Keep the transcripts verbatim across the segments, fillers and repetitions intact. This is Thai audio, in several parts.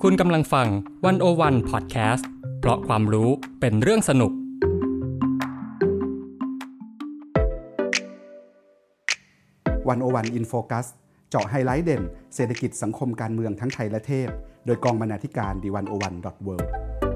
คุณกำลังฟังวันโอวันพอดแคสต์เพราะความรู้เป็นเรื่องสนุกวันโอวันอินโฟคัสเจาะไฮไลท์เด่นเศรษฐกิจสังคมการเมืองทั้งไทยและเทศโดยกองบรรณาธิการ ดี วัน โอ วัน ดอท เวิลด์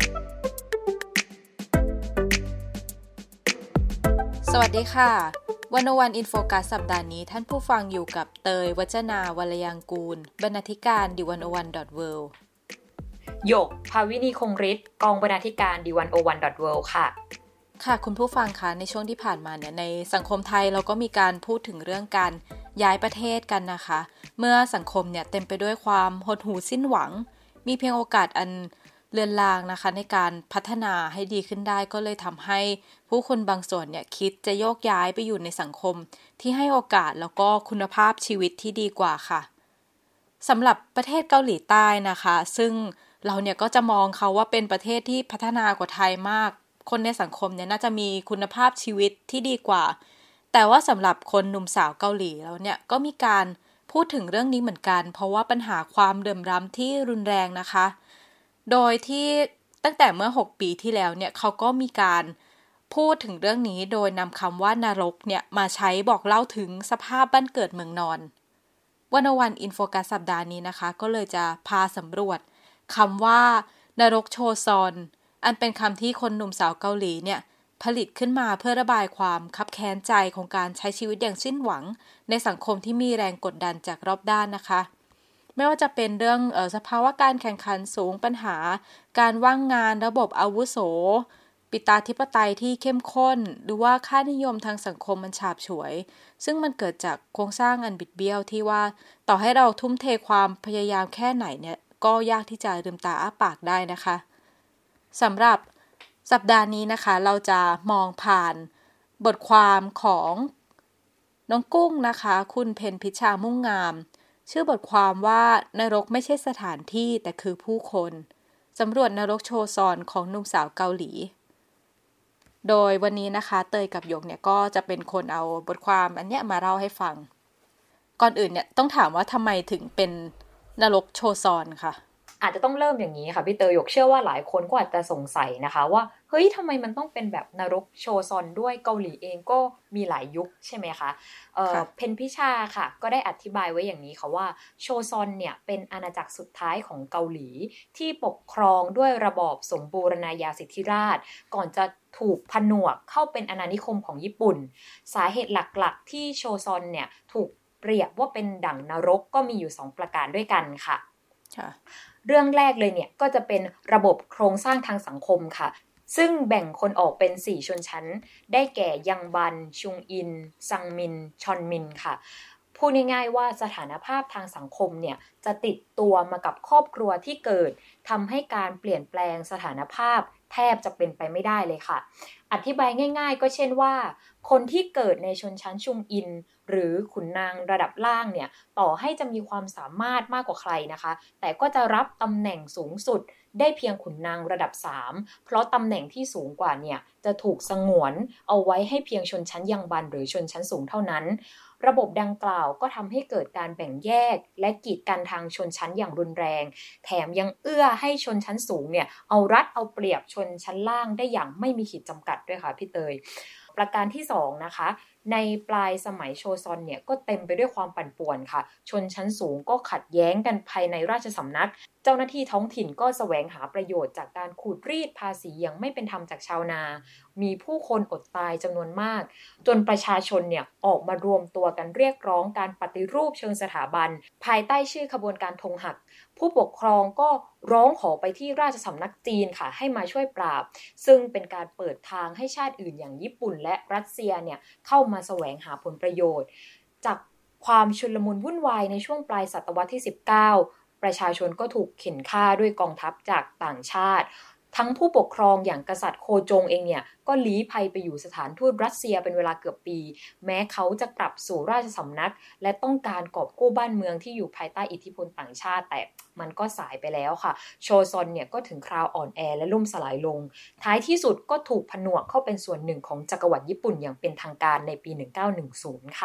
สวัสดีค่ะวันโอวันอินโฟคัสสัปดาห์นี้ท่านผู้ฟังอยู่กับเตยวัจนาวรยังกูลบรรณาธิการ ดี วัน โอ วัน ดอท เวิลด์หยกภาวินีคงฤทธิ์กองบรรณาธิการ ดี วัน โอ วัน ดอท เวิลด์ ค่ะค่ะคุณผู้ฟังคะในช่วงที่ผ่านมาเนี่ยในสังคมไทยเราก็มีการพูดถึงเรื่องการย้ายประเทศกันนะคะเมื่อสังคมเนี่ยเต็มไปด้วยความหดหู่สิ้นหวังมีเพียงโอกาสอันเลือนลางนะคะในการพัฒนาให้ดีขึ้นได้ก็เลยทำให้ผู้คนบางส่วนเนี่ยคิดจะโยกย้ายไปอยู่ในสังคมที่ให้โอกาสแล้วก็คุณภาพชีวิตที่ดีกว่าค่ะสำหรับประเทศเกาหลีใต้นะคะซึ่งเราเนี่ยก็จะมองเขาว่าเป็นประเทศที่พัฒนากว่าไทยมากคนในสังคมเนี่ยน่าจะมีคุณภาพชีวิตที่ดีกว่าแต่ว่าสำหรับคนหนุ่มสาวเกาหลีแล้วเนี่ยก็มีการพูดถึงเรื่องนี้เหมือนกันเพราะว่าปัญหาความเหลื่อมล้ำที่รุนแรงนะคะโดยที่ตั้งแต่เมื่อหกปีที่แล้วเนี่ยเขาก็มีการพูดถึงเรื่องนี้โดยนำคำว่านรกเนี่ยมาใช้บอกเล่าถึงสภาพบ้านเกิดเมืองนอนวันวันอินโฟกัสสัปดาห์นี้นะคะก็เลยจะพาสำรวจคำว่านรกโชซอนอันเป็นคำที่คนหนุ่มสาวเกาหลีเนี่ยผลิตขึ้นมาเพื่อระบายความคับแค้นใจของการใช้ชีวิตอย่างสิ้นหวังในสังคมที่มีแรงกดดันจากรอบด้านนะคะไม่ว่าจะเป็นเรื่องเอ่อสภาวะการแข่งขันสูงปัญหาการว่างงานระบบอาวุโสปิตาธิปไตยที่เข้มข้นหรือว่าค่านิยมทางสังคมมันฉาบฉวยซึ่งมันเกิดจากโครงสร้างอันบิดเบี้ยวที่ว่าต่อให้เราทุ่มเทความพยายามแค่ไหนเนี่ยก็ยากที่จะลืมตาอ้าปากได้นะคะสำหรับสัปดาห์นี้นะคะเราจะมองผ่านบทความของน้องกุ้งนะคะคุณเพ็ญพิชามุ่งงามชื่อบทความว่านรกไม่ใช่สถานที่แต่คือผู้คนสำรวจนรกโชซอนของหนุ่มสาวเกาหลีโดยวันนี้นะคะเตยกับหยกเนี่ยก็จะเป็นคนเอาบทความอันเนี้ยมาเล่าให้ฟังก่อนอื่นเนี่ยต้องถามว่าทำไมถึงเป็นนรกโชซอนค่ะอาจจะต้องเริ่มอย่างนี้ค่ะพี่เตยหยกเชื่อว่าหลายคนก็อาจจะสงสัยนะคะว่าเฮ้ยทำไมมันต้องเป็นแบบนรกโชซอนด้วยเกาหลีเองก็มีหลายยุคใช่ไหมคะเอ่อเพนพิชาค่ะก็ได้อธิบายไว้อย่างนี้ค่ะว่าโชซอนเนี่ยเป็นอาณาจักรสุดท้ายของเกาหลีที่ปกครองด้วยระบอบสมบูรณาญาสิทธิราชย์ก่อนจะถูกผนวกเข้าเป็นอาณานิคมของญี่ปุ่นสาเหตุหลักๆที่โชซอนเนี่ยถูกเปรียบว่าเป็นดั่งนรกก็มีอยู่สองประการด้วยกันค่ะเรื่องแรกเลยเนี่ยก็จะเป็นระบบโครงสร้างทางสังคมค่ะซึ่งแบ่งคนออกเป็นสี่ชนชั้นได้แก่ยังบันชุงอินซังมินชอนมินค่ะพูดง่ายๆว่าสถานภาพทางสังคมเนี่ยจะติดตัวมากับครอบครัวที่เกิดทำให้การเปลี่ยนแปลงสถานภาพแทบจะเป็นไปไม่ได้เลยค่ะอธิบายง่ายๆก็เช่นว่าคนที่เกิดในชนชั้นชุงอินหรือขุนนางระดับล่างเนี่ยต่อให้จะมีความสามารถมากกว่าใครนะคะแต่ก็จะรับตำแหน่งสูงสุดได้เพียงขุนนางระดับสามเพราะตำแหน่งที่สูงกว่าเนี่ยจะถูกสงวนเอาไว้ให้เพียงชนชั้นยังบันหรือชนชั้นสูงเท่านั้นระบบดังกล่าวก็ทำให้เกิดการแบ่งแยกและกีดกันทางชนชั้นอย่างรุนแรงแถมยังเอื้อให้ชนชั้นสูงเนี่ยเอารัดเอาเปรียบชนชั้นล่างได้อย่างไม่มีขีดจำกัดด้วยค่ะพี่เตยประการที่สองนะคะในปลายสมัยโชซอนเนี่ยก็เต็มไปด้วยความปั่นป่วนค่ะชนชั้นสูงก็ขัดแย้งกันภายในราชสำนักเจ้าหน้าที่ท้องถิ่นก็แสวงหาประโยชน์จากการขูดรีดภาษีอย่างไม่เป็นธรรมจากชาวนามีผู้คนอดตายจำนวนมากจนประชาชนเนี่ยออกมารวมตัวกันเรียกร้องการปฏิรูปเชิงสถาบันภายใต้ชื่อขบวนการธงหักผู้ปกครองก็ร้องขอไปที่ราชสำนักจีนค่ะให้มาช่วยปราบซึ่งเป็นการเปิดทางให้ชาติอื่นอย่างญี่ปุ่นและรัสเซียเนี่ยเข้ามาแสวงหาผลประโยชน์จากความชุลมุนวุ่นวายในช่วงปลายศตวรรษที่สิบเก้าประชาชนก็ถูกเข็นฆ่าด้วยกองทัพจากต่างชาติทั้งผู้ปกครองอย่างกษัตริย์โคจงเองเนี่ยก็ลี้ภัยไปอยู่สถานทูตรัสเซียเป็นเวลาเกือบปีแม้เขาจะกลับสู่ราชสำนักและต้องการกอบกู้บ้านเมืองที่อยู่ภายใต้อิทธิพลต่างชาติแต่มันก็สายไปแล้วค่ะโชซอนเนี่ยก็ถึงคราวอ่อนแอและล่มสลายลงท้ายที่สุดก็ถูกผนวกเข้าเป็นส่วนหนึ่งของจักรวรรดิญี่ปุ่นอย่างเป็นทางการในปีหนึ่งเก้าหนึ่งศูนย์ค่ะ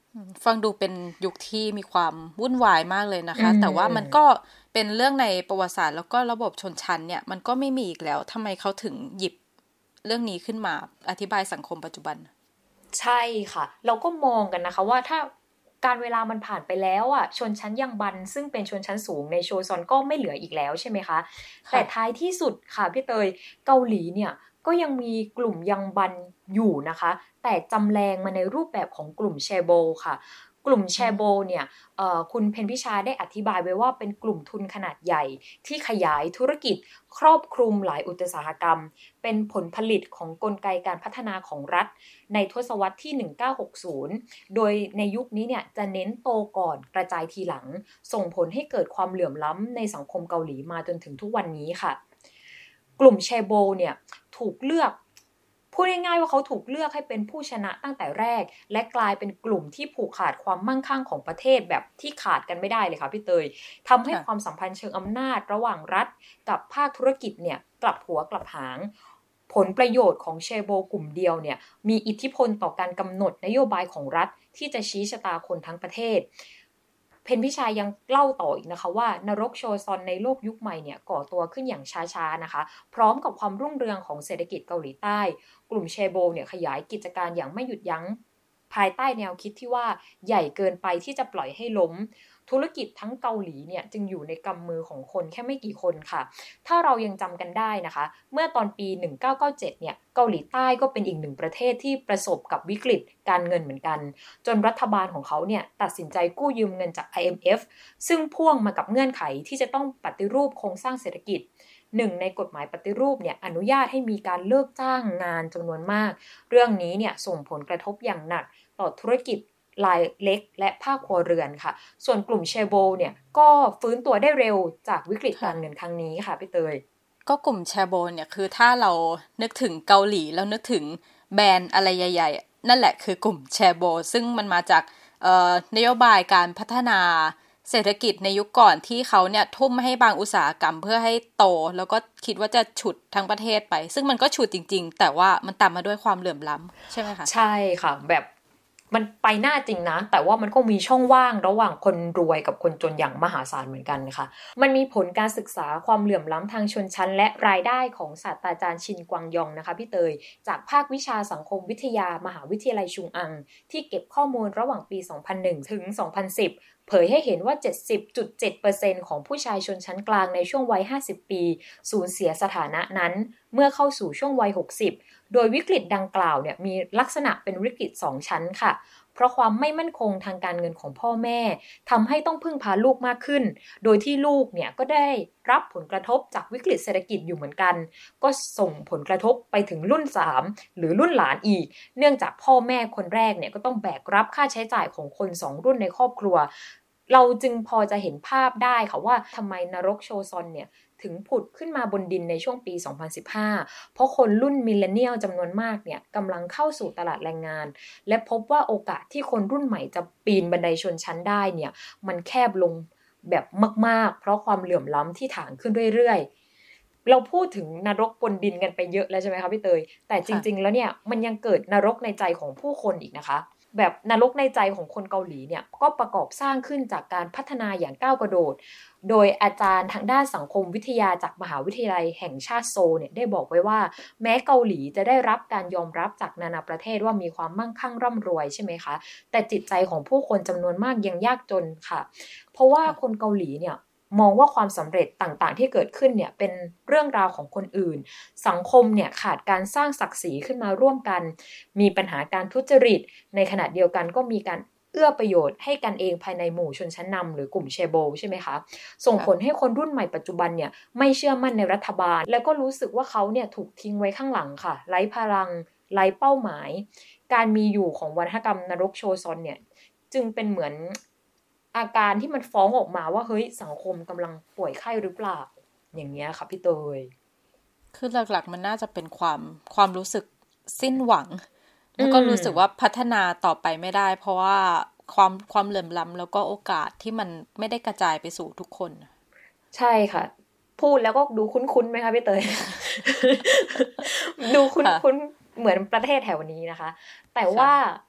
ฟังดูเป็นยุคที่มีความวุ่นวายมากเลยนะคะแต่ว่ามันก็เป็นเรื่องในประวัติศาสตร์แล้วก็ระบบชนชั้นเนี่ยมันก็ไม่มีอีกแล้วทำไมเขาถึงหยิบเรื่องนี้ขึ้นมาอธิบายสังคมปัจจุบันใช่ค่ะเราก็มองกันนะคะว่าถ้าการเวลามันผ่านไปแล้วอ่ะชนชั้นยังบันซึ่งเป็นชนชั้นสูงในโชซอนก็ไม่เหลืออีกแล้วใช่ไหมคะแต่ท้ายที่สุดค่ะพี่เตยเกาหลีเนี่ยก็ยังมีกลุ่มยังบันอยู่นะคะแต่จำแรงมาในรูปแบบของกลุ่มแชโบค่ะกลุ่มแชโบเนี่ยคุณเพนพิชาได้อธิบายไว้ว่าเป็นกลุ่มทุนขนาดใหญ่ที่ขยายธุรกิจครอบคลุมหลายอุตสาหกรรมเป็นผลผลิตของกลไกการพัฒนาของรัฐในทศวรรษที่หนึ่งพันเก้าร้อยหกสิบโดยในยุคนี้เนี่ยจะเน้นโตก่อนกระจายทีหลังส่งผลให้เกิดความเหลื่อมล้ำในสังคมเกาหลีมาจนถึงทุกวันนี้ค่ะกลุ่มแชโบเนี่ยถูกเลือกพูดง่ายๆว่าเขาถูกเลือกให้เป็นผู้ชนะตั้งแต่แรกและกลายเป็นกลุ่มที่ผูกขาดความมั่งคั่งของประเทศแบบที่ขาดกันไม่ได้เลยค่ะพี่เตยทำให้ความสัมพันธ์เชิงอำนาจระหว่างรัฐกับภาคธุรกิจเนี่ยกลับหัวกลับหางผลประโยชน์ของเชโบกลุ่มเดียวเนี่ยมีอิทธิพลต่อการกำหนดนโยบายของรัฐที่จะชี้ชะตาคนทั้งประเทศเพนพิชายังเล่าต่ออีกนะคะว่านรกโชซอนในโลกยุคใหม่เนี่ยก่อตัวขึ้นอย่างช้าๆนะคะพร้อมกับความรุ่งเรืองของเศรษฐกิจเกาหลีใต้กลุ่มเชโบเนี่ยขยายกิจการอย่างไม่หยุดยั้งภายใต้แนวคิดที่ว่าใหญ่เกินไปที่จะปล่อยให้ล้มธุรกิจทั้งเกาหลีเนี่ยจึงอยู่ในกำมือของคนแค่ไม่กี่คนค่ะถ้าเรายังจำกันได้นะคะเมื่อตอนปีหนึ่งพันเก้าร้อยเก้าสิบเจ็ดเนี่ยเกาหลีใต้ก็เป็นอีกหนึ่งประเทศที่ประสบกับวิกฤตการเงินเหมือนกันจนรัฐบาลของเขาเนี่ยตัดสินใจกู้ยืมเงินจาก ไอ เอ็ม เอฟ ซึ่งพ่วงมากับเงื่อนไขที่จะต้องปฏิรูปโครงสร้างเศรษฐกิจหนึ่งในกฎหมายปฏิรูปเนี่ยอนุญาตให้มีการเลิกจ้างงานจำนวนมากเรื่องนี้เนี่ยส่งผลกระทบอย่างหนักต่อธุรกิจรายเล็กและภาคครัวเรือนค่ะส่วนกลุ่มเชโบเนี่ยก็ฟื้นตัวได้เร็วจากวิกฤตการเงินครั้งนี้ค่ะพี่เตยก็กลุ่มเชโบเนี่ยคือถ้าเรานึกถึงเกาหลีแล้วนึกถึงแบรนด์อะไรใหญ่ๆนั่นแหละคือกลุ่มเชโบซึ่งมันมาจากนโยบายการพัฒนาเศรษฐกิจในยุคก่อนที่เขาเนี่ยทุ่มให้บางอุตสาหกรรมเพื่อให้โตแล้วก็คิดว่าจะฉุดทั้งประเทศไปซึ่งมันก็ฉุดจริงๆแต่ว่ามันตามมาด้วยความเหลื่อมล้ำใช่ไหมคะใช่ค่ะแบบมันไปหน้าจริงนะแต่ว่ามันก็มีช่องว่างระหว่างคนรวยกับคนจนอย่างมหาศาลเหมือนกันค่ะมันมีผลการศึกษาความเหลื่อมล้ำทางชนชั้นและรายได้ของศาสตราจารย์ชินกวางยองนะคะพี่เตยจากภาควิชาสังคมวิทยามหาวิทยาลัยชุงอังที่เก็บข้อมูลระหว่างปีสองพันหนึ่งถึงสองพันสิบเผยให้เห็นว่า เจ็ดสิบจุดเจ็ดเปอร์เซ็นต์ ของผู้ชายชนชั้นกลางในช่วงวัยห้าสิบปีสูญเสียสถานะนั้นเมื่อเข้าสู่ช่วงวัยหกสิบโดยวิกฤตดังกล่าวเนี่ยมีลักษณะเป็นวิกฤตสองชั้นค่ะเพราะความไม่มั่นคงทางการเงินของพ่อแม่ทำให้ต้องพึ่งพาลูกมากขึ้นโดยที่ลูกเนี่ยก็ได้รับผลกระทบจากวิกฤตเศรษฐกิจอยู่เหมือนกันก็ส่งผลกระทบไปถึงรุ่นสามหรือรุ่นหลานอีกเนื่องจากพ่อแม่คนแรกเนี่ยก็ต้องแบกรับค่าใช้จ่ายของคนสองรุ่นในครอบครัวเราจึงพอจะเห็นภาพได้ค่ะว่าทำไมนรกโชซอนเนี่ยถึงผุดขึ้นมาบนดินในช่วงปีสองพันสิบห้าเพราะคนรุ่นมิลเลนเนียลจำนวนมากเนี่ยกำลังเข้าสู่ตลาดแรงงานและพบว่าโอกาสที่คนรุ่นใหม่จะปีนบันไดชนชั้นได้เนี่ยมันแคบลงแบบมากๆเพราะความเหลื่อมล้ำที่ถางขึ้นเรื่อยๆเราพูดถึงนรกบนดินกันไปเยอะแล้วใช่ไหมคะพี่เตยแต่จริงๆแล้วเนี่ยมันยังเกิดนรกในใจของผู้คนอีกนะคะแบบนรกในใจของคนเกาหลีเนี่ยก็ประกอบสร้างขึ้นจากการพัฒนาอย่างก้าวกระโดดโดยอาจารย์ทางด้านสังคมวิทยาจากมหาวิทยาลัยแห่งชาติโซลเนี่ยได้บอกไว้ว่าแม้เกาหลีจะได้รับการยอมรับจากนานาประเทศว่ามีความมั่งคั่งร่ำรวยใช่ไหมคะแต่จิตใจของผู้คนจำนวนมากยังยากจนค่ะเพราะว่าคนเกาหลีเนี่ยมองว่าความสำเร็จต่างๆที่เกิดขึ้นเนี่ยเป็นเรื่องราวของคนอื่นสังคมเนี่ยขาดการสร้างศักดิ์ศรีขึ้นมาร่วมกันมีปัญหาการทุจริตในขณะเดียวกันก็มีการเอื้อประโยชน์ให้กันเองภายในหมู่ชนชั้นนำหรือกลุ่มเชโบใช่ไหมคะส่งผลให้คนรุ่นใหม่ปัจจุบันเนี่ยไม่เชื่อมั่นในรัฐบาลแล้วก็รู้สึกว่าเขาเนี่ยถูกทิ้งไว้ข้างหลังค่ะไร้พลังไร้เป้าหมายการมีอยู่ของวัฒนธรรมนรกโชซอนเนี่ยจึงเป็นเหมือนอาการที่มันฟ้องออกมาว่าเฮ้ยสังคมกำลังป่วยไข้หรือเปล่าอย่างเงี้ยค่ะพี่เตยคือหลักๆมันน่าจะเป็นความความรู้สึกสิ้นหวังแล้วก็รู้สึกว่าพัฒนาต่อไปไม่ได้เพราะว่าความความเหลื่อมล้ำแล้วก็โอกาสที่มันไม่ได้กระจายไปสู่ทุกคนใช่ค่ะพูดแล้วก็ดูคุ้นๆไหมคะพี่เตย ดูคุ้นๆเหมือนประเทศแถวนี้นะคะแต่ว่า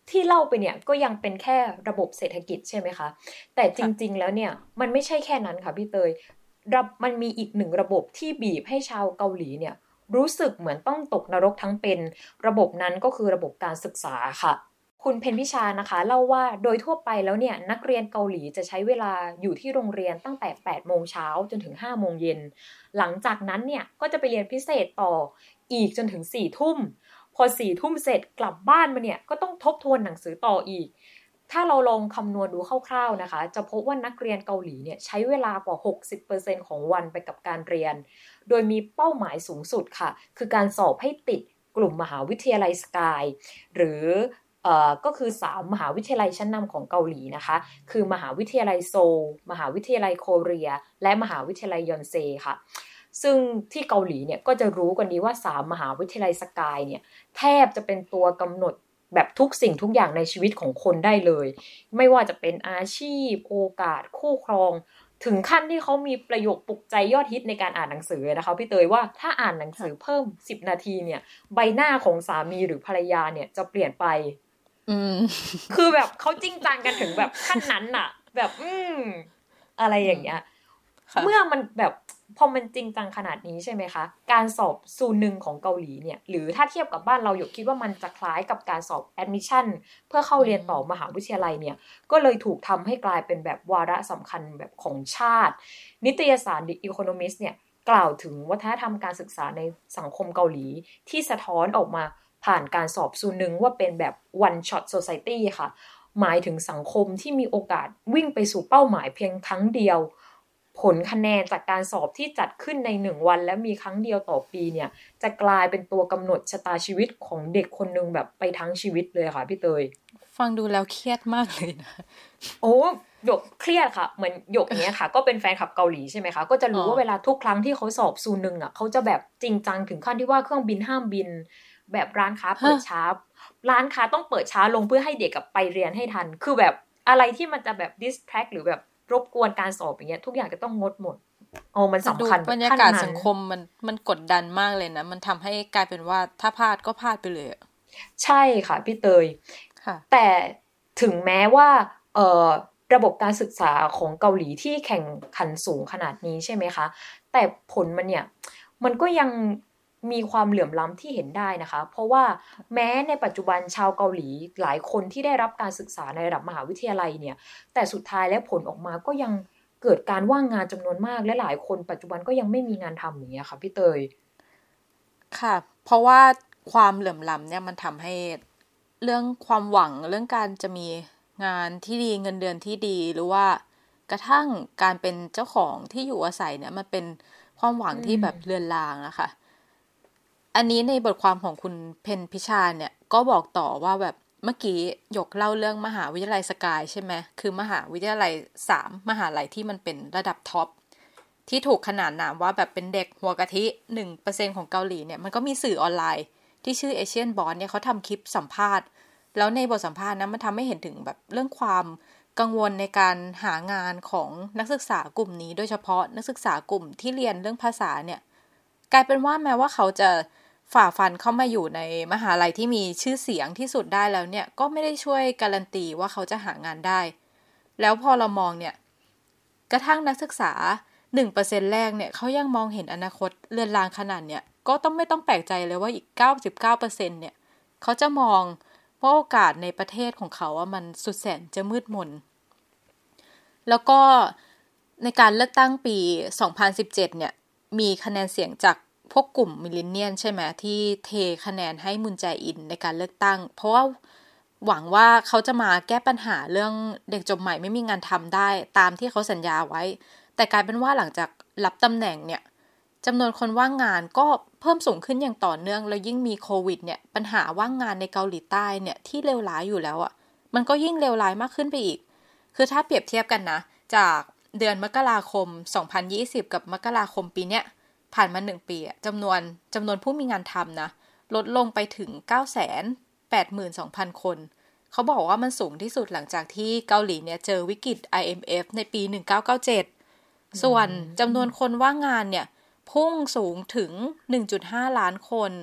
ที่เล่าไปเนี่ยก็ยังเป็นแค่ระบบเศรษฐกิจใช่ไหมคะแต่จริงๆแล้วเนี่ยมันไม่ใช่แค่นั้นค่ะพี่เตยมันมีอีกหนึ่งระบบที่บีบให้ชาวเกาหลีเนี่ยรู้สึกเหมือนต้องตกนรกทั้งเป็นระบบนั้นก็คือระบบการศึกษาค่ะคุณเพ็ญพิชานะคะเล่าว่าโดยทั่วไปแล้วเนี่ยนักเรียนเกาหลีจะใช้เวลาอยู่ที่โรงเรียนตั้งแต่แปดโมงเช้าจนถึงห้าโมงเย็นหลังจากนั้นเนี่ยก็จะไปเรียนพิเศษต่ออีกจนถึงสี่ทุ่มพอสี่ทุ่มเสร็จกลับบ้านมาเนี่ยก็ต้องทบทวนหนังสือต่ออีกถ้าเราลองคำนวณดูคร่าวๆนะคะจะพบว่านักเรียนเกาหลีเนี่ยใช้เวลากว่า หกสิบเปอร์เซ็นต์ ของวันไปกับการเรียนโดยมีเป้าหมายสูงสุดค่ะคือการสอบให้ติดกลุ่มมหาวิทยาลัยสกายหรือเอ่อก็คือสามมหาวิทยาลัยชั้นนำของเกาหลีนะคะคือมหาวิทยาลัยโซลมหาวิทยาลัยโคเรียและมหาวิทยาลัยยอนเซค่ะซึ่งที่เกาหลีเนี่ยก็จะรู้กันดีว่าสามมหาวิทยาลัยสกายเนี่ยแทบจะเป็นตัวกำหนดแบบทุกสิ่งทุกอย่างในชีวิตของคนได้เลยไม่ว่าจะเป็นอาชีพโอกาสคู่ครองถึงขั้นที่เขามีประโยคปลุกใจยอดฮิตในการอ่านหนังสือนะคะพี่เตยว่าถ้าอ่านหนังสือเพิ่มสิบนาทีเนี่ยใบหน้าของสามีหรือภรรยาเนี่ยจะเปลี่ยนไปอืมคือแบบเขาจริงจังกันถึงแบบขั้นนั้นน่ะแบบอืมอะไรอย่างเงี้ยเมื่อมันแบบพอมันจริงจังขนาดนี้ใช่ไหมคะการสอบซูนึงของเกาหลีเนี่ยหรือถ้าเทียบกับบ้านเราหยกคิดว่ามันจะคล้ายกับการสอบแอดมิชชั่นเพื่อเข้าเรียนต่อมหาวิทยาลัยเนี่ยก็เลยถูกทำให้กลายเป็นแบบวาระสำคัญแบบของชาตินิตยสาร The Economist เนี่ยกล่าวถึงวัฒนธรรมการศึกษาในสังคมเกาหลีที่สะท้อนออกมาผ่านการสอบซูนึงว่าเป็นแบบ one shot society ค่ะหมายถึงสังคมที่มีโอกาสวิ่งไปสู่เป้าหมายเพียงครั้งเดียวผลคะแนนจากการสอบที่จัดขึ้นในหนึ่งวันและมีครั้งเดียวต่อปีเนี่ยจะกลายเป็นตัวกำหนดชะตาชีวิตของเด็กคนนึงแบบไปทั้งชีวิตเลยค่ะพี่เตยฟังดูแล้วเครียดมากเลยนะโอ้หยกเครียดค่ะเหมือนหยกเนี้ยค่ะก็เป็นแฟนคลับเกาหลีใช่ไหมคะก็จะรู้ว่าเวลาทุกครั้งที่เขาสอบซูนึงอ่ะเขาจะแบบจริงจังถึงขั้นที่ว่าเครื่องบินห้ามบินแบบร้านค้าเปิดช้าร้านค้าต้องเปิดช้าลงเพื่อให้เด็กไปเรียนให้ทันคือแบบอะไรที่มันจะแบบ distract หรือแบบรบกวนการสอบอย่างเงี้ยทุกอย่างจะต้องงดหมดโอ้มันสำคัญบรรยากาศสังคมมันมันกดดันมากเลยนะมันทำให้กลายเป็นว่าถ้าพลาดก็พลาดไปเลยใช่ค่ะพี่เตยค่ะแต่ถึงแม้ว่าเอ่อระบบการศึกษาของเกาหลีที่แข่งขันสูงขนาดนี้ใช่ไหมคะแต่ผลมันเนี่ยมันก็ยังมีความเหลื่อมล้ำที่เห็นได้นะคะเพราะว่าแม้ในปัจจุบันชาวเกาหลีหลายคนที่ได้รับการศึกษาในระดับมหาวิทยาลัยเนี่ยแต่สุดท้ายแล้วผลออกมาก็ยังเกิดการว่างงานจำนวนมากและหลายคนปัจจุบันก็ยังไม่มีงานทำอย่างเงี้ยค่ะพี่เตยค่ะเพราะว่าความเหลื่อมล้ำเนี่ยมันทำให้เรื่องความหวังเรื่องการจะมีงานที่ดีเงินเดือนที่ดีหรือว่ากระทั่งการเป็นเจ้าของที่อยู่อาศัยเนี่ยมันเป็นความหวังที่แบบเลือนลางนะคะอันนี้ในบทความของคุณเพ็ญพิชาเนี่ยก็บอกต่อว่าแบบเมื่อกี้ยกเล่าเรื่องมหาวิทยาลัยสกายใช่ไหมคือมหาวิทยาลัยสามมหาลัยที่มันเป็นระดับท็อปที่ถูกขนานนามว่าแบบเป็นเด็กหัวกะทิ หนึ่งเปอร์เซ็นต์ ของเกาหลีเนี่ยมันก็มีสื่อออนไลน์ที่ชื่อ Asian Boss เนี่ยเขาทำคลิปสัมภาษณ์แล้วในบทสัมภาษณ์นั้นมันทำให้เห็นถึงแบบเรื่องความกังวลในการหางานของนักศึกษากลุ่มนี้โดยเฉพาะนักศึกษากลุ่มที่เรียนเรื่องภาษาเนี่ยกลายเป็นว่าแม้ว่าเขาจะฝ่าฟันเข้ามาอยู่ในมหาลัยที่มีชื่อเสียงที่สุดได้แล้วเนี่ยก็ไม่ได้ช่วยการันตีว่าเขาจะหางานได้แล้วพอเรามองเนี่ยกระทั่งนักศึกษา หนึ่งเปอร์เซ็นต์ แรกเนี่ยเขายังมองเห็นอนาคตเลือนลางขนาดเนี่ยก็ต้องไม่ต้องแปลกใจเลยว่าอีก เก้าสิบเก้าเปอร์เซ็นต์ เนี่ยเขาจะมองว่าโอกาสในประเทศของเขาว่ามันสุดแสนจะมืดมนแล้วก็ในการเลือกตั้งปีสองพันสิบเจ็ดเนี่ยมีคะแนนเสียงจากพวกกลุ่มมิลเลนเนียลใช่ไหมที่เทคะแนนให้มุนแจอินในการเลือกตั้งเพราะว่าหวังว่าเขาจะมาแก้ปัญหาเรื่องเด็กจบใหม่ไม่มีงานทำได้ตามที่เขาสัญญาไว้แต่กลายเป็นว่าหลังจากรับตำแหน่งเนี่ยจำนวนคนว่างงานก็เพิ่มสูงขึ้นอย่างต่อเนื่องแล้วยิ่งมีโควิดเนี่ยปัญหาว่างงานในเกาหลีใต้เนี่ยที่เลวร้ายอยู่แล้วอ่ะมันก็ยิ่งเลวร้ายมากขึ้นไปอีกคือถ้าเปรียบเทียบกันนะจากเดือนมกราคมสองพันยี่สิบกับมกราคมปีเนี้ยผ่านมาหนึ่งปีอ่ะจำนวนจำนวนผู้มีงานทำนะลดลงไปถึง เก้าแสนแปดหมื่นสองพัน คนเขาบอกว่ามันสูงที่สุดหลังจากที่เกาหลีเนี่ยเจอวิกฤต ไอ เอ็ม เอฟ ในปีหนึ่งพันเก้าร้อยเก้าสิบเจ็ดส่วนจำนวนคนว่างงานเนี่ยพุ่งสูงถึง หนึ่งจุดห้า ล้านคน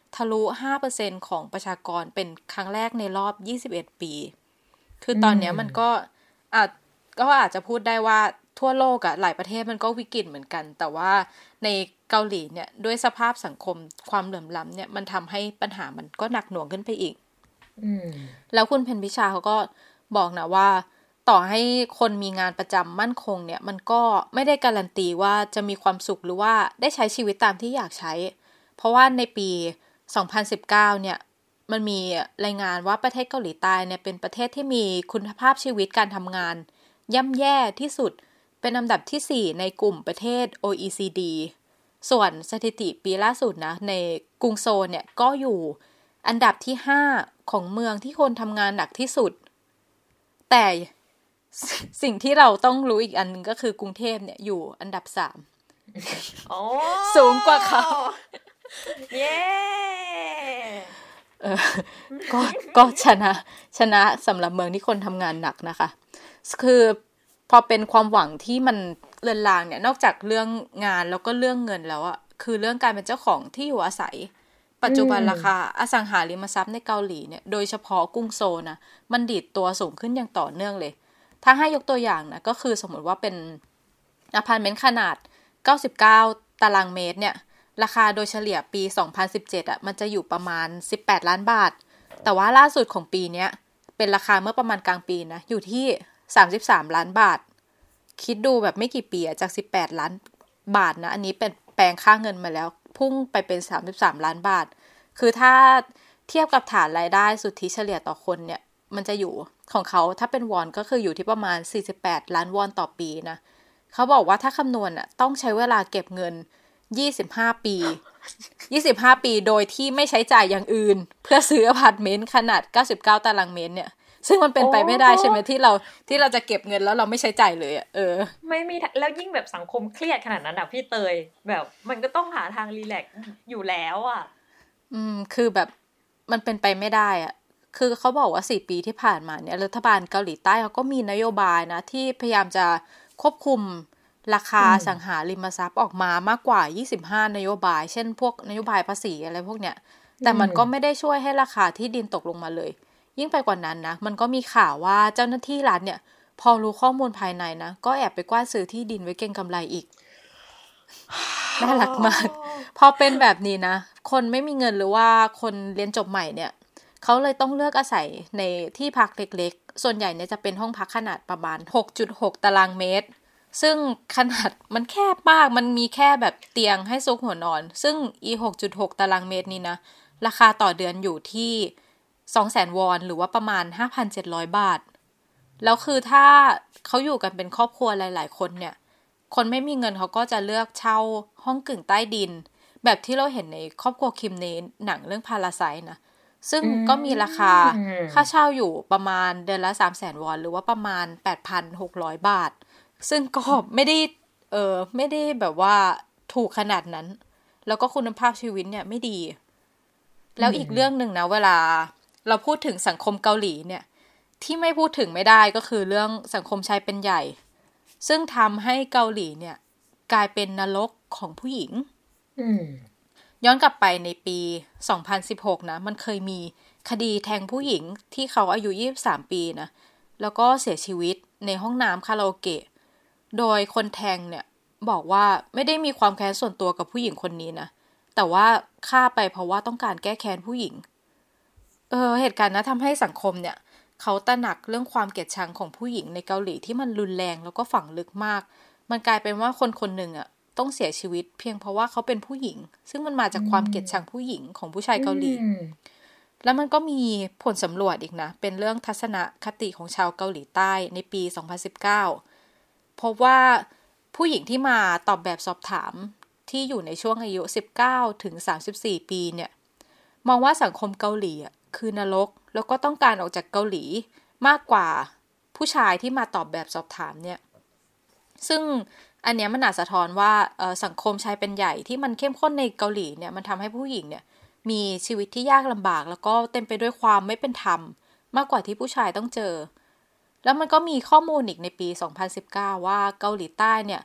ทะลุ ห้าเปอร์เซ็นต์ ของประชากรเป็นครั้งแรกในรอบยี่สิบเอ็ดปีคือตอนนี้มันก็อาจก็อาจจะพูดได้ว่าทั่วโลกอะหลายประเทศมันก็วิกฤตเหมือนกันแต่ว่าในเกาหลีเนี่ยด้วยสภาพสังคมความเหลื่อมล้ำเนี่ยมันทำให้ปัญหามันก็หนักหน่วงขึ้นไปอีกแล้วคุณเพนพิชาเขาก็บอกนะว่าต่อให้คนมีงานประจำมั่นคงเนี่ยมันก็ไม่ได้การันตีว่าจะมีความสุขหรือว่าได้ใช้ชีวิตตามที่อยากใช้เพราะว่าในปีสองพันสิบเก้าเนี่ยมันมีรายงานว่าประเทศเกาหลีใต้เนี่ยเป็นประเทศที่มีคุณภาพชีวิตการทำงานย่ำแย่ที่สุดเป็นอันดับที่สี่ในกลุ่มประเทศ โอ อี ซี ดี ส่วนสถิติปีล่าสุดนะในกรุงโซลเนี่ยก็อยู่อันดับที่ห้าของเมืองที่คนทำงานหนักที่สุดแต่สิ่งที่เราต้องรู้อีกอันนึงก็คือกรุงเทพเนี่ยอยู่อันดับสามสูงกว่าเขาเย้เออก็ก็ชนะชนะสำหรับเมืองที่คนทำงานหนักนะคะคือพอเป็นความหวังที่มันเลือนลางเนี่ยนอกจากเรื่องงานแล้วก็เรื่องเงินแล้วอ่ะคือเรื่องการเป็นเจ้าของที่อยู่อาศัยปัจจุบันราคาอสังหาริมทรัพย์ในเกาหลีเนี่ยโดยเฉพาะกรุงโซลนะมันดีดตัวสูงขึ้นอย่างต่อเนื่องเลยถ้าให้ยกตัวอย่างนะก็คือสมมติว่าเป็นอพาร์ตเมนต์ขนาดเก้าสิบเก้าตารางเมตรเนี่ยราคาโดยเฉลี่ยปีสองพันสิบเจ็ดอ่ะมันจะอยู่ประมาณสิบแปดล้านบาทแต่ว่าล่าสุดของปีเนี้ยเป็นราคาเมื่อประมาณกลางปีนะอยู่ที่สามสิบสามล้านบาทคิดดูแบบไม่กี่ปีจากสิบแปดล้านบาทนะอันนี้เป็นแปลงค่าเงินมาแล้วพุ่งไปเป็นสามสิบสามล้านบาทคือถ้าเทียบกับฐานรายได้สุทธิเฉลี่ยต่อคนเนี่ยมันจะอยู่ของเขาถ้าเป็นวอนก็คืออยู่ที่ประมาณสี่สิบแปดล้านวอนต่อปีนะเขาบอกว่าถ้าคำนวณน่ะต้องใช้เวลาเก็บเงินยี่สิบห้าปียี่สิบห้าปีโดยที่ไม่ใช้จ่ายอย่างอื่นเพื่อซื้ออพาร์ตเมนต์ขนาดเก้าสิบเก้าตารางเมตรเนี่ยซึ่งมันเป็นไปไม่ได้ใช่ไหมที่เราที่เราจะเก็บเงินแล้วเราไม่ใช้จ่ายเลยอ่ะเออไม่มีแล้วยิ่งแบบสังคมเครียดขนาดนั้นอ่ะพี่เตยแบบมันก็ต้องหาทางรีแลกซ์อยู่แล้วอ่ะอืมคือแบบมันเป็นไปไม่ได้อ่ะคือเขาบอกว่าสี่ปีที่ผ่านมาเนี่ยรัฐบาลเกาหลีใต้เขาก็มีนโยบายนะที่พยายามจะควบคุมราคาสังหาริมทรัพย์ออกมามากกว่ายี่สิบห้านโยบายเช่นพวกนโยบายภาษีอะไรพวกเนี้ยแต่มันก็ไม่ได้ช่วยให้ราคาที่ดินตกลงมาเลยยิ่งไปกว่านั้นนะมันก็มีข่าวว่าเจ้าหน้าที่รัฐเนี่ยพอรู้ข้อมูลภายในนะก็แอบไปกว้านซื้อที่ดินไว้เก็งกำไรอีก น่ารักมากพอเป็นแบบนี้นะคนไม่มีเงินหรือว่าคนเรียนจบใหม่เนี่ยเขาเลยต้องเลือกอาศัยในที่พักเล็กๆส่วนใหญ่เนี่ยจะเป็นห้องพักขนาดประมาณ หกจุดหก ตารางเมตรซึ่งขนาดมันแคบมากมันมีแค่แบบเตียงให้ซุกหัวนอนซึ่งอี หกจุดหก ตารางเมตรนี้นะราคาต่อเดือนอยู่ที่สองแสนวอนหรือว่าประมาณ ห้าพันเจ็ดร้อย บาทแล้วคือถ้าเขาอยู่กันเป็นครอบครัวหลายๆคนเนี่ยคนไม่มีเงินเขาก็จะเลือกเช่าห้องกึ่งใต้ดินแบบที่เราเห็นในครอบครัวคิมในหนังเรื่องพาราไซต์นะซึ่งก็มีราคาค่าเช่าอยู่ประมาณเดือนละ สามแสนวอนหรือว่าประมาณ แปดพันหกร้อย บาทซึ่งก็ไม่ได้เออไม่ได้แบบว่าถูกขนาดนั้นแล้วก็คุณภาพชีวิตเนี่ยไม่ดีแล้วอีกเรื่องนึงนะเวลาเราพูดถึงสังคมเกาหลีเนี่ยที่ไม่พูดถึงไม่ได้ก็คือเรื่องสังคมชายเป็นใหญ่ซึ่งทำให้เกาหลีเนี่ยกลายเป็นนรกของผู้หญิงย้อนกลับไปในปีสองพันสิบหกนะมันเคยมีคดีแทงผู้หญิงที่เขาอายุยี่สิบสามปีนะแล้วก็เสียชีวิตในห้องน้ำคาราโอเกะโดยคนแทงเนี่ยบอกว่าไม่ได้มีความแค้นส่วนตัวกับผู้หญิงคนนี้นะแต่ว่าฆ่าไปเพราะว่าต้องการแก้แค้นผู้หญิงเออเหตุการณ์นะทำให้สังคมเนี่ยเขาตระหนักเรื่องความเกลียดชังของผู้หญิงในเกาหลีที่มันรุนแรงแล้วก็ฝังลึกมากมันกลายเป็นว่าคนคนหนึ่งอ่ะต้องเสียชีวิตเพียงเพราะว่าเขาเป็นผู้หญิงซึ่งมันมาจากความเกลียดชังผู้หญิงของผู้ชายเกาหลีแล้วมันก็มีผลสำรวจอีกนะเป็นเรื่องทัศนคติของชาวเกาหลีใต้ในปีสองพันสิบเก้าพบว่าผู้หญิงที่มาตอบแบบสอบถามที่อยู่ในช่วงอายุสิบเก้าถึงสามสิบสี่ปีเนี่ยมองว่าสังคมเกาหลีอ่ะคือนรกแล้วก็ต้องการออกจากเกาหลีมากกว่าผู้ชายที่มาตอบแบบสอบถามเนี่ยซึ่งอันเนี้ยมันอาจสะท้อนว่าสังคมชายเป็นใหญ่ที่มันเข้มข้นในเกาหลีเนี่ยมันทำให้ผู้หญิงเนี่ยมีชีวิตที่ยากลำบากแล้วก็เต็มไปด้วยความไม่เป็นธรรมมากกว่าที่ผู้ชายต้องเจอแล้วมันก็มีข้อมูลอีกในปีสองพันสิบเก้าว่าเกาหลีใต้เนี่ย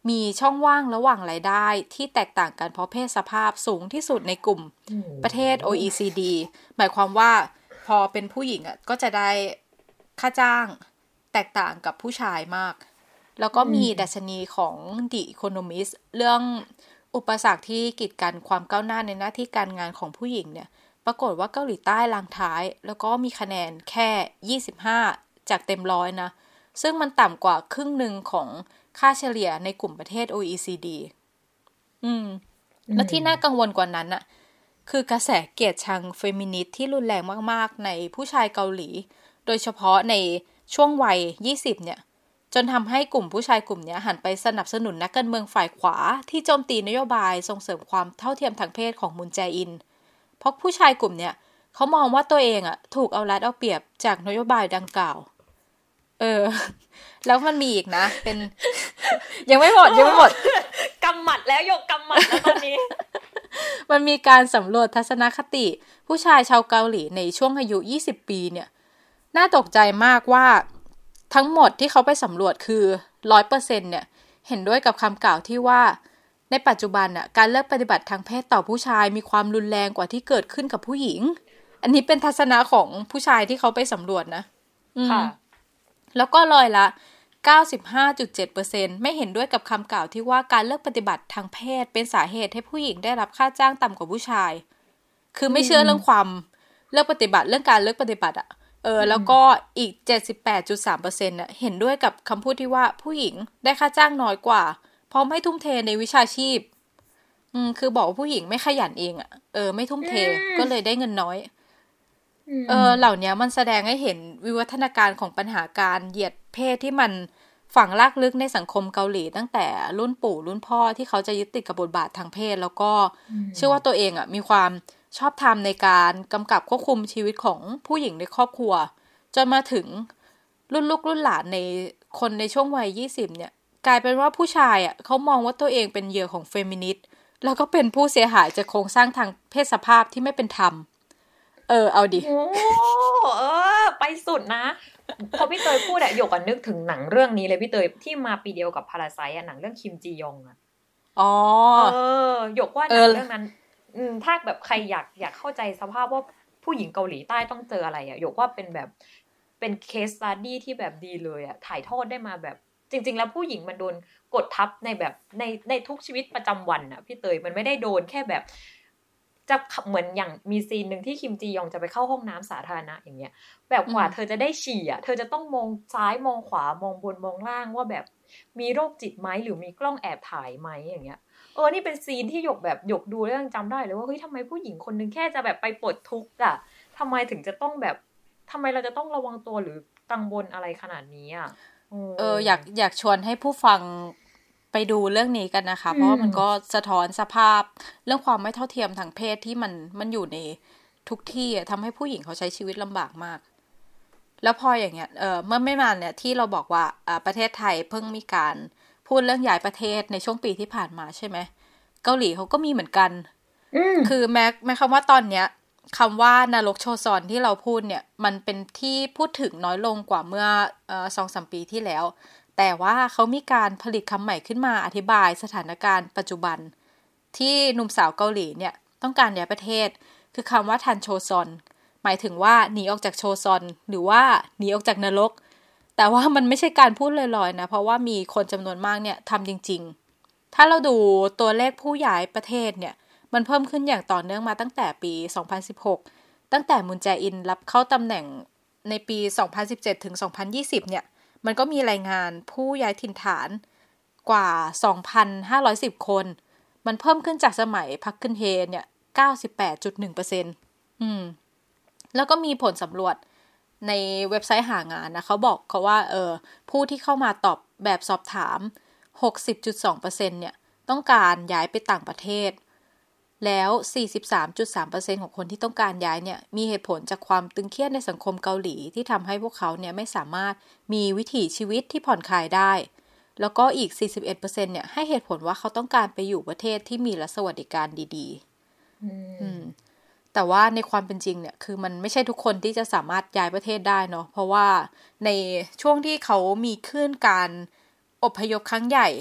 มีช่องว่างระหว่างรายได้ที่แตกต่างกันเพราะเพศสภาพสูงที่สุดในกลุ่มประเทศ โอ อี ซี ดี หมายความว่าพอเป็นผู้หญิงอ่ะก็จะได้ค่าจ้างแตกต่างกับผู้ชายมากแล้วก็มีดัชนีของ The Economist เรื่องอุปสรรคที่กีดกันความก้าวหน้าในหน้าที่การงานของผู้หญิงเนี่ยปรากฏว่าเกาหลีใต้ลางท้ายแล้วก็มีคะแนนแค่ยี่สิบห้าจากเต็มร้อยนะซึ่งมันต่ำกว่าครึ่งหนึ่งของค่าเฉลี่ยในกลุ่มประเทศ โอ อี ซี ดี อืมแล้วที่น่ากังวลกว่านั้นน่ะคือกระแสเกลียดชังเฟมินิสต์ที่รุนแรงมากๆในผู้ชายเกาหลีโดยเฉพาะในช่วงวัยยี่สิบเนี่ยจนทำให้กลุ่มผู้ชายกลุ่มนี้หันไปสนับสนุนนักการเมืองฝ่ายขวาที่โจมตีนโยบายส่งเสริมความเท่าเทียมทางเพศของมุนแจอินเพราะผู้ชายกลุ่มเนี้ยเขามองว่าตัวเองอ่ะถูกเอารัดเอาเปรียบจากนโยบายดังกล่าวเออแล้วมันมีอีกนะเป็น ยังไม่หมดยังไม่หมดกำหมัดแล้วยกกำหมัดแล้วตอนนี้มันมีการสำรวจทัศนคติผู้ชายชาวเกาหลีในช่วงอายุยี่สิบปีเนี่ยน่าตกใจมากว่าทั้งหมดที่เขาไปสำรวจคือ ร้อยเปอร์เซ็นต์ เนี่ยเห็นด้วยกับคำกล่าวที่ว่าในปัจจุบันน่ะการเลิกปฏิบัติทางเพศต่อผู้ชายมีความรุนแรงกว่าที่เกิดขึ้นกับผู้หญิงอันนี้เป็นทัศนะของผู้ชายที่เขาไปสำรวจนะค่ะแล้วก็ร้อยละ เก้าสิบห้าจุดเจ็ดเปอร์เซ็นต์ ไม่เห็นด้วยกับคำกล่าวที่ว่าการเลิกปฏิบัติทางเพศเป็นสาเหตุให้ผู้หญิงได้รับค่าจ้างต่ำกว่าผู้ชายคือไม่เชื่อเรื่องความเลิกปฏิบัติเรื่องการเลิกปฏิบัติอ่ะเออแล้วก็อีก เจ็ดสิบแปดจุดสามเปอร์เซ็นต์ น่ะเห็นด้วยกับคำพูดที่ว่าผู้หญิงได้ค่าจ้างน้อยกว่าเพราะไม่ทุ่มเทในวิชาชีพอืมคือบอกว่าผู้หญิงไม่ขยันเองอ่ะเออไม่ทุ่มเทก็เลยได้เงินน้อยเออเหล่านี้มันแสดงให้เห็นวิวัฒนาการของปัญหาการเหยียดเพศที่มันฝังรากลึกในสังคมเกาหลีตั้งแต่รุ่นปู่รุ่นพ่อที่เขาจะยึดติดกับบทบาททางเพศแล้วก็เชื่อว่าตัวเองอ่ะมีความชอบธรรมในการกำกับควบคุมชีวิตของผู้หญิงในครอบครัวจนมาถึงรุ่นลูกรุ่นหลานในคนในช่วงวัยยี่สิบเนี่ยกลายเป็นว่าผู้ชายอ่ะเขามองว่าตัวเองเป็นเหยื่อของเฟมินิสต์แล้วก็เป็นผู้เสียหายจากโครงสร้างทางเพศสภาพที่ไม่เป็นธรรมเออเอาดิโอ้เออไปสุดนะพอพี่เตยพูดอะหยกอะนึกถึงหนังเรื่องนี้เลยพี่เตยที่มาปีเดียวกับพาราไซต์อะหนังเรื่องคิมจียองอะอ๋อเออหยกว่าหนังเรื่องนั้นอืมถ้าแบบใครอยากอยากเข้าใจสภาพว่าผู้หญิงเกาหลีใต้ต้องเจออะไรอะหยกว่าเป็นแบบเป็นเคสสตั๊ดดี้ที่แบบดีเลยอะถ่ายทอดได้มาแบบจริงๆแล้วผู้หญิงมันโดนกดทับในแบบในในทุกชีวิตประจำวันอะพี่เตยมันไม่ได้โดนแค่แบบจะเหมือนอย่างมีซีนหนึ่งที่คิมจียองจะไปเข้าห้องน้ำสาธารณะอย่างเงี้ยแบบกว่าเธอจะได้ฉี่อ่ะเธอจะต้องมองซ้ายมองขวามองบนมองล่างว่าแบบมีโรคจิตไหมหรือมีกล้องแอบถ่ายไหมอย่างเงี้ยเออนี่เป็นซีนที่หยกแบบหยกดูแล้วยังจำได้เลยว่าเฮ้ยทำไมผู้หญิงคนนึงแค่จะแบบไปปลดทุกข์อ่ะทำไมถึงจะต้องแบบทำไมเราจะต้องระวังตัวหรือกังวลอะไรขนาดนี้อ่ะเอออยากอยากชวนให้ผู้ฟังไปดูเรื่องนี้กันนะคะเพราะว่ามันก็สะท้อนสภาพเรื่องความไม่เท่าเทียมทางเพศที่มันมันอยู่ในทุกที่ทำให้ผู้หญิงเขาใช้ชีวิตลำบากมากแล้วพออย่างเงี้ยเออเมื่อไม่นานเนี่ยที่เราบอกว่าประเทศไทยเพิ่งมีการพูดเรื่องย้ายประเทศในช่วงปีที่ผ่านมาใช่ไหมเกาหลีเขาก็มีเหมือนกันคือแม้แม้คำว่าตอนเนี้ยคำว่านรกโชซอนที่เราพูดเนี่ยมันเป็นที่พูดถึงน้อยลงกว่าเมื่อเอ่อ สองสาม ปีที่แล้วแต่ว่าเขามีการผลิตคำใหม่ขึ้นมาอธิบายสถานการณ์ปัจจุบันที่หนุ่มสาวเกาหลีเนี่ยต้องการย้ายประเทศคือคำว่าทันโชซอนหมายถึงว่าหนีออกจากโชซอนหรือว่าหนีออกจากนรกแต่ว่ามันไม่ใช่การพูดลอยๆนะเพราะว่ามีคนจำนวนมากเนี่ยทำจริงๆถ้าเราดูตัวเลขผู้ย้ายประเทศเนี่ยมันเพิ่มขึ้นอย่างต่อเนื่องมาตั้งแต่ปีสองพันสิบหกตั้งแต่มุนแจอินรับเข้าตำแหน่งในปีสองพันสิบเจ็ดถึงสองพันยี่สิบเนี่ยมันก็มีรายงานผู้ย้ายถิ่นฐานกว่า สองพันห้าร้อยสิบ คนมันเพิ่มขึ้นจากสมัยพรรคกึนเฮเนี่ย เก้าสิบแปดจุดหนึ่งเปอร์เซ็นต์ อืมแล้วก็มีผลสำรวจในเว็บไซต์หางานนะเขาบอกเขาว่าเออผู้ที่เข้ามาตอบแบบสอบถาม หกสิบจุดสองเปอร์เซ็นต์ เนี่ยต้องการย้ายไปต่างประเทศแล้ว สี่สิบสามจุดสามเปอร์เซ็นต์ ของคนที่ต้องการย้ายเนี่ยมีเหตุผลจากความตึงเครียดในสังคมเกาหลีที่ทำให้พวกเขาเนี่ยไม่สามารถมีวิถีชีวิตที่ผ่อนคลายได้แล้วก็อีก สี่สิบเอ็ดเปอร์เซ็นต์ เนี่ยให้เหตุผลว่าเขาต้องการไปอยู่ประเทศที่มีรัฐสวัสดิการดีๆอืมแต่ว่าในความเป็นจริงเนี่ยคือมันไม่ใช่ทุกคนที่จะสามารถย้ายประเทศได้เนาะเพราะว่าในช่วงที่เขามีคลื่นการอพยพครั้งใหญ่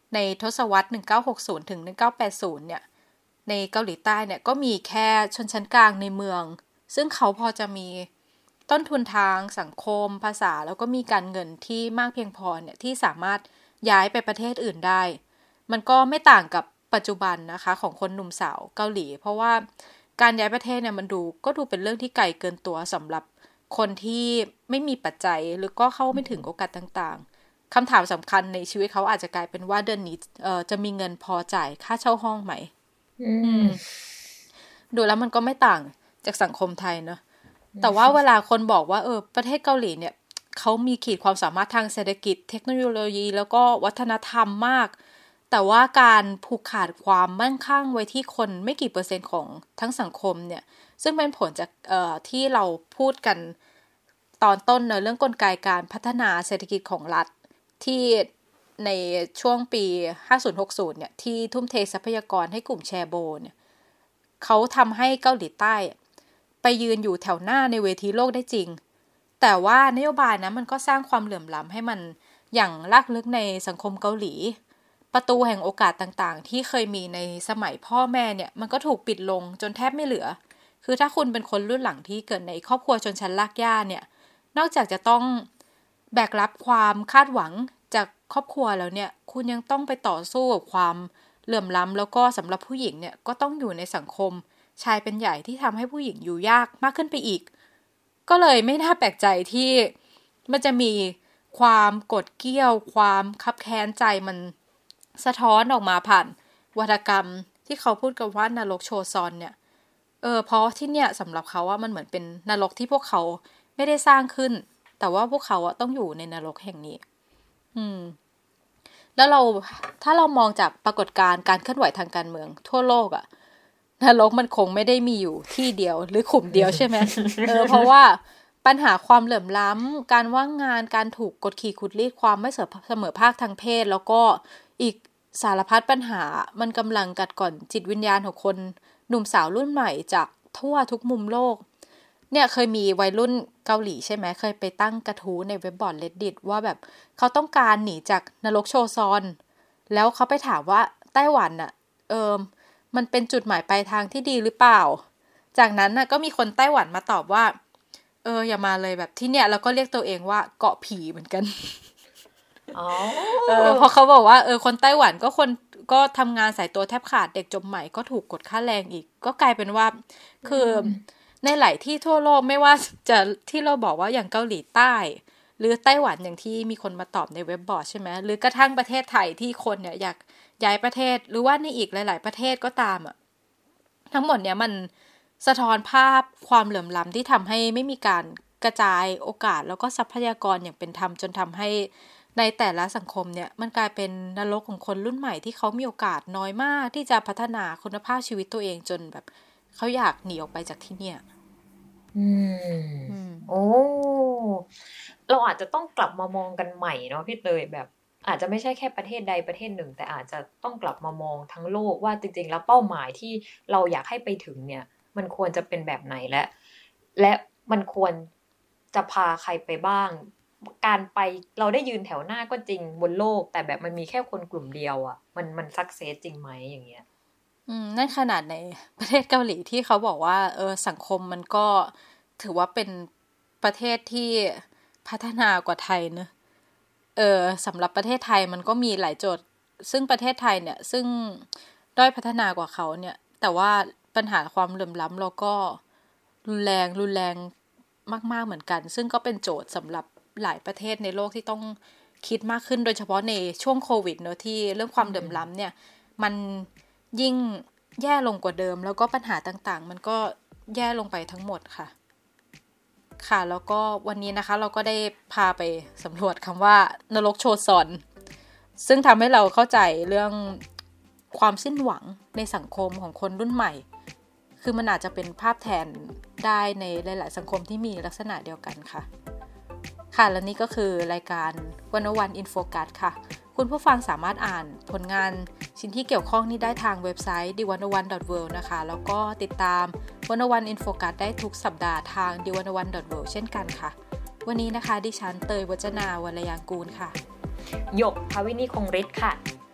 ในทศวรรษหนึ่งพันเก้าร้อยหกสิบถึงหนึ่งพันเก้าร้อยแปดสิบเนี่ยในเกาหลีใต้เนี่ยก็มีแค่ชนชั้นกลางในเมืองซึ่งเขาพอจะมีต้นทุนทางสังคมภาษาแล้วก็มีการเงินที่มากเพียงพอเนี่ยที่สามารถย้ายไปประเทศอื่นได้มันก็ไม่ต่างกับปัจจุบันนะคะของคนหนุ่มสาวเกาหลีเพราะว่าการย้ายประเทศเนี่ยมันดูก็ดูเป็นเรื่องที่ไกลเกินตัวสำหรับคนที่ไม่มีปัจจัยหรือก็เข้าไม่ถึงโอกาสต่างๆคำถามสำคัญในชีวิตเขาอาจจะกลายเป็นว่าเดือนนี้เอ่อจะมีเงินพอจ่ายค่าเช่าห้องไหมอืมดูแล้วมันก็ไม่ต่างจากสังคมไทยเนอะแต่ว่าเวลาคนบอกว่าเออประเทศเกาหลีเนี่ยเขามีขีดความสามารถทางเศรษฐกิจเทคโนโลยีแล้วก็วัฒนธรรมมากแต่ว่าการผูกขาดความมั่งคั่งไว้ที่คนไม่กี่เปอร์เซ็นต์ของทั้งสังคมเนี่ยซึ่งเป็นผลจากเอ่อที่เราพูดกันตอนต้นเนอะเรื่องกลไกการพัฒนาเศรษฐกิจของรัฐที่ในช่วงปีห้าสิบ หกสิบเนี่ยที่ทุ่มเททรัพยากรให้กลุ่มแชโบเนี่ยเขาทำให้เกาหลีใต้ไปยืนอยู่แถวหน้าในเวทีโลกได้จริงแต่ว่านโยบายนะมันก็สร้างความเหลื่อมล้ำให้มันอย่างลากลึกในสังคมเกาหลีประตูแห่งโอกาสต่างๆที่เคยมีในสมัยพ่อแม่เนี่ยมันก็ถูกปิดลงจนแทบไม่เหลือคือถ้าคุณเป็นคนรุ่นหลังที่เกิดในครอบครัวชนชั้นรากหญ้าเนี่ยนอกจากจะต้องแบกรับความคาดหวังจากครอบครัวแล้วเนี่ยคุณยังต้องไปต่อสู้กับความเหลื่อมล้ำแล้วก็สำหรับผู้หญิงเนี่ยก็ต้องอยู่ในสังคมชายเป็นใหญ่ที่ทำให้ผู้หญิงอยู่ยากมากขึ้นไปอีกก็เลยไม่น่าแปลกใจที่มันจะมีความกดเกลี้ยวความคับแค้นใจมันสะท้อนออกมาผ่านวรรณกรรมที่เขาพูดกันว่านรกโชซอนเนี่ยเออเพราะที่เนี่ยสำหรับเขาว่ามันเหมือนเป็นนรกที่พวกเขาไม่ได้สร้างขึ้นแต่ว่าพวกเขาอะต้องอยู่ในนรกแห่งนี้อืมแล้วเราถ้าเรามองจากปรากฏการณ์การเคลื่อนไหวทางการเมืองทั่วโลกอะนรกมันคงไม่ได้มีอยู่ที่เดียวหรือขุมเดียวใช่ไหม เออเพราะว่าปัญหาความเหลื่อมล้ำการว่างงานการถูกกดขี่ขุดรีดความไม่เสมอภาคทางเพศแล้วก็อีกสารพัดปัญหามันกำลังกัดก่อนจิตวิญญาณของคนหนุ่มสาวรุ่นใหม่จากทั่วทุกมุมโลกเนี่ยเคยมีวัยรุ่นเกาหลีใช่ไหมเคยไปตั้งกระทู้ในเว็บบอร์ด Reddit ว่าแบบเขาต้องการหนีจากนรกโชซอนแล้วเขาไปถามว่าไต้หวันน่ะเออมันเป็นจุดหมายปลายทางที่ดีหรือเปล่าจากนั้นน่ะก็มีคนไต้หวันมาตอบว่าเอออย่ามาเลยแบบที่เนี่ยเราก็เรียกตัวเองว่าเกาะผีเหมือนกันอ๋อเออพอเขาบอกว่าเออคนไต้หวันก็คนก็ทำงานสายตัวแทบขาดเด็กจบใหม่ก็ถูกกดค่าแรงอีกก็กลายเป็นว่าคือในหลายที่ทั่วโลกไม่ว่าจะที่เราบอกว่าอย่างเกาหลีใต้หรือไต้หวันอย่างที่มีคนมาตอบในเว็บบอร์ดใช่ไหมหรือกระทั่งประเทศไทยที่คนเนี่ยอยากย้ายประเทศหรือว่าในอีกหลายๆประเทศก็ตามอ่ะทั้งหมดเนี่ยมันสะท้อนภาพความเหลื่อมล้ำที่ทำให้ไม่มีการกระจายโอกาสแล้วก็ทรัพยากรอย่างเป็นธรรมจนทำให้ในแต่ละสังคมเนี่ยมันกลายเป็นนรกของคนรุ่นใหม่ที่เขามีโอกาสน้อยมากที่จะพัฒนาคุณภาพชีวิตตัวเองจนแบบเขาอยากหนีออกไปจากที่เนี่ยอืมโอ้เราอาจจะต้องกลับมามองกันใหม่เนาะพี่เตยแบบอาจจะไม่ใช่แค่ประเทศใดประเทศหนึ่งแต่อาจจะต้องกลับมามองทั้งโลกว่าจริงๆแล้วเป้าหมายที่เราอยากให้ไปถึงเนี่ยมันควรจะเป็นแบบไหนและและมันควรจะพาใครไปบ้างการไปเราได้ยืนแถวหน้าก็จริงบนโลกแต่แบบมันมีแค่คนกลุ่มเดียวอ่ะมันมันซักเซสจริงไหมอย่างเงี้ยอืมนั่นขนาดในประเทศเกาหลีที่เขาบอกว่าเออสังคมมันก็ถือว่าเป็นประเทศที่พัฒนากว่าไทยเนอะเออสำหรับประเทศไทยมันก็มีหลายโจทย์ซึ่งประเทศไทยเนี่ยซึ่งด้อยพัฒนากว่าเขาเนี่ยแต่ว่าปัญหาความเหลื่อมล้ำเราก็รุนแรงรุนแรงมากๆเหมือนกันซึ่งก็เป็นโจทย์สำหรับหลายประเทศในโลกที่ต้องคิดมากขึ้นโดยเฉพาะในช่วงโควิดเนอะที่เรื่องความเหลื่อมล้ำเนี่ยมันยิ่งแย่ลงกว่าเดิมแล้วก็ปัญหาต่างๆมันก็แย่ลงไปทั้งหมดค่ะค่ะแล้วก็วันนี้นะคะเราก็ได้พาไปสำรวจคำว่านรกโชซอนซึ่งทำให้เราเข้าใจเรื่องความสิ้นหวังในสังคมของคนรุ่นใหม่คือมันอาจจะเป็นภาพแทนได้ในหลายๆสังคมที่มีลักษณะเดียวกันค่ะค่ะและนี่ก็คือรายการหนึ่งศูนย์หนึ่ง In Focus ค่ะคุณผู้ฟังสามารถอ่านผลงานชิ้นที่เกี่ยวข้องนี้ได้ทางเว็บไซต์ ดี หนึ่งศูนย์หนึ่ง ดอท เวิลด์ นะคะแล้วก็ติดตามหนึ่งศูนย์หนึ่ง In Focus ได้ทุกสัปดาห์ทาง ดี หนึ่งศูนย์หนึ่ง ดอท เวิลด์ เช่นกันค่ะวันนี้นะคะดิฉันเตยวจนาวรยางกูลค่ะหยกภวินีคงฤทธิ์ค่ะ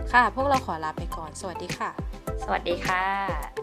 ค่ะพวกเราขอลาไปก่อนสวัสดีค่ะสวัสดีค่ะ